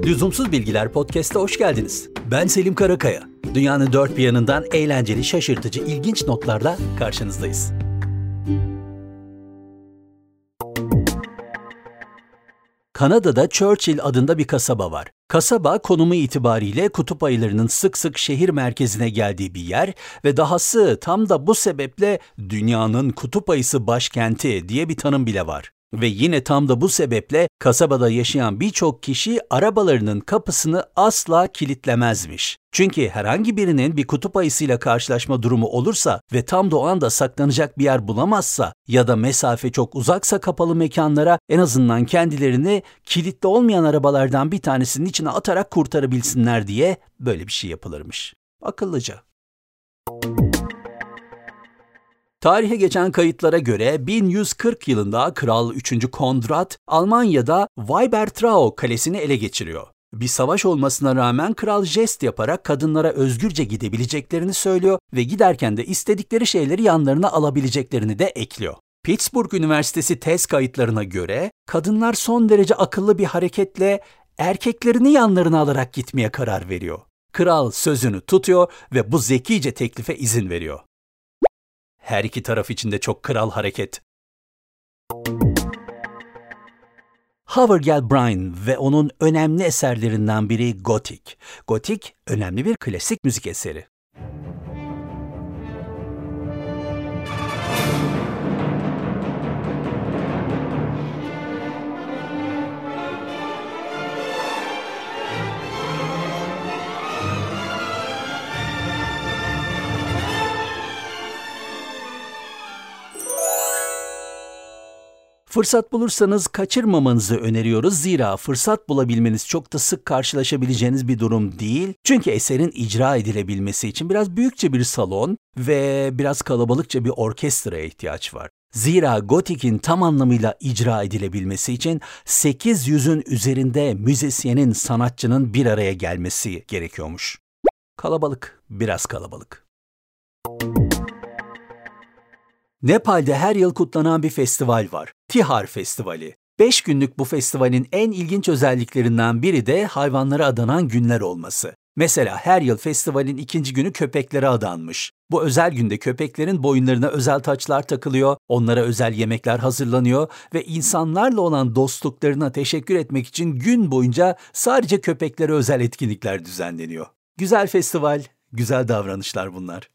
Lüzumsuz Bilgiler Podcast'a hoş geldiniz. Ben Selim Karakaya. Dünyanın dört bir yanından eğlenceli, şaşırtıcı, ilginç notlarla karşınızdayız. Kanada'da Churchill adında bir kasaba var. Kasaba konumu itibariyle kutup ayılarının sık sık şehir merkezine geldiği bir yer ve dahası tam da bu sebeple dünyanın kutup ayısı başkenti diye bir tanım bile var. Ve yine tam da bu sebeple kasabada yaşayan birçok kişi arabalarının kapısını asla kilitlemezmiş. Çünkü herhangi birinin bir kutup ayısıyla karşılaşma durumu olursa ve tam da o anda saklanacak bir yer bulamazsa ya da mesafe çok uzaksa kapalı mekanlara en azından kendilerini kilitli olmayan arabalardan bir tanesinin içine atarak kurtarabilsinler diye böyle bir şey yapılırmış. Akıllıca. Tarihe geçen kayıtlara göre 1140 yılında Kral 3. Konrad Almanya'da Weibertrau kalesini ele geçiriyor. Bir savaş olmasına rağmen kral jest yaparak kadınlara özgürce gidebileceklerini söylüyor ve giderken de istedikleri şeyleri yanlarına alabileceklerini de ekliyor. Pittsburgh Üniversitesi tez kayıtlarına göre kadınlar son derece akıllı bir hareketle erkeklerini yanlarına alarak gitmeye karar veriyor. Kral sözünü tutuyor ve bu zekice teklife izin veriyor. Her iki taraf için de çok kral hareket. Howard Galbraith ve onun önemli eserlerinden biri Gotik. Gotik, önemli bir klasik müzik eseri. Fırsat bulursanız kaçırmamanızı öneriyoruz. Zira fırsat bulabilmeniz çok da sık karşılaşabileceğiniz bir durum değil. Çünkü eserin icra edilebilmesi için biraz büyükçe bir salon ve biraz kalabalıkça bir orkestraya ihtiyaç var. Zira Gotik'in tam anlamıyla icra edilebilmesi için 800'ün üzerinde müzisyenin, sanatçının bir araya gelmesi gerekiyormuş. Kalabalık, biraz kalabalık. Nepal'de her yıl kutlanan bir festival var. Tihar Festivali. 5 günlük bu festivalin en ilginç özelliklerinden biri de hayvanlara adanan günler olması. Mesela her yıl festivalin ikinci günü köpeklere adanmış. Bu özel günde köpeklerin boyunlarına özel taçlar takılıyor, onlara özel yemekler hazırlanıyor ve insanlarla olan dostluklarına teşekkür etmek için gün boyunca sadece köpeklere özel etkinlikler düzenleniyor. Güzel festival, güzel davranışlar bunlar.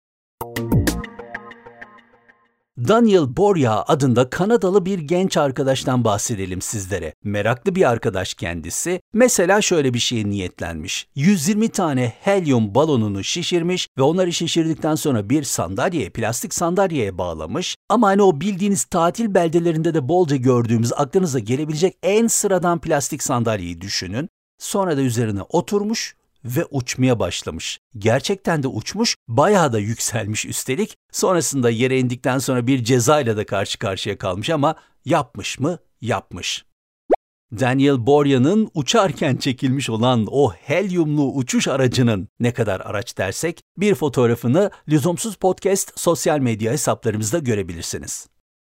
Daniel Borya adında Kanadalı bir genç arkadaştan bahsedelim sizlere. Meraklı bir arkadaş kendisi. Mesela şöyle bir şeye niyetlenmiş. 120 tane helyum balonunu şişirmiş ve onları şişirdikten sonra bir sandalyeye, plastik sandalyeye bağlamış. Ama hani o bildiğiniz tatil beldelerinde de bolca gördüğümüz aklınıza gelebilecek en sıradan plastik sandalyeyi düşünün. Sonra da üzerine oturmuş ve uçmaya başlamış. Gerçekten de uçmuş, bayağı da yükselmiş üstelik. Sonrasında yere indikten sonra bir cezayla da karşı karşıya kalmış ama yapmış mı? Yapmış. Daniel Borya'nın uçarken çekilmiş olan o helyumlu uçuş aracının ne kadar araç dersek bir fotoğrafını Lüzumsuz Podcast sosyal medya hesaplarımızda görebilirsiniz.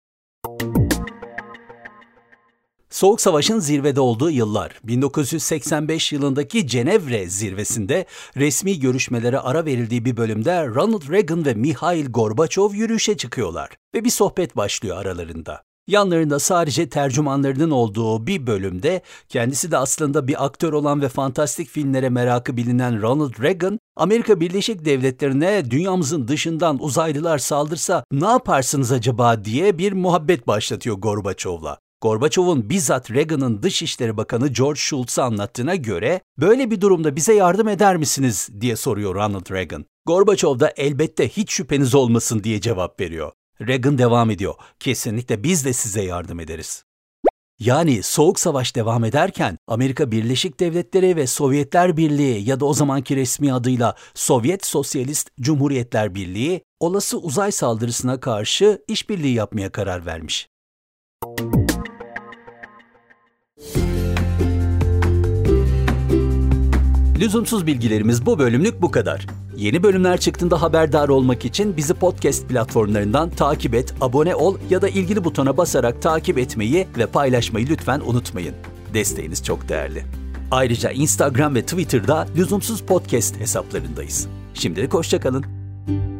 Soğuk Savaş'ın zirvede olduğu yıllar, 1985 yılındaki Cenevre zirvesinde resmi görüşmelere ara verildiği bir bölümde Ronald Reagan ve Mikhail Gorbaçov yürüyüşe çıkıyorlar ve bir sohbet başlıyor aralarında. Yanlarında sadece tercümanlarının olduğu bir bölümde kendisi de aslında bir aktör olan ve fantastik filmlere merakı bilinen Ronald Reagan, Amerika Birleşik Devletleri'ne dünyamızın dışından uzaylılar saldırsa ne yaparsınız acaba diye bir muhabbet başlatıyor Gorbaçov'la. Gorbaçov'un bizzat Reagan'ın Dışişleri Bakanı George Shultz'a anlattığına göre böyle bir durumda bize yardım eder misiniz diye soruyor Ronald Reagan. Gorbaçov da elbette hiç şüpheniz olmasın diye cevap veriyor. Reagan devam ediyor. Kesinlikle biz de size yardım ederiz. Yani Soğuk Savaş devam ederken Amerika Birleşik Devletleri ve Sovyetler Birliği ya da o zamanki resmi adıyla Sovyet Sosyalist Cumhuriyetler Birliği olası uzay saldırısına karşı işbirliği yapmaya karar vermiş. Lüzumsuz bilgilerimiz bu bölümlük bu kadar. Yeni bölümler çıktığında haberdar olmak için bizi podcast platformlarından takip et, abone ol ya da ilgili butona basarak takip etmeyi ve paylaşmayı lütfen unutmayın. Desteğiniz çok değerli. Ayrıca Instagram ve Twitter'da Lüzumsuz Podcast hesaplarındayız. Şimdilik hoşça kalın.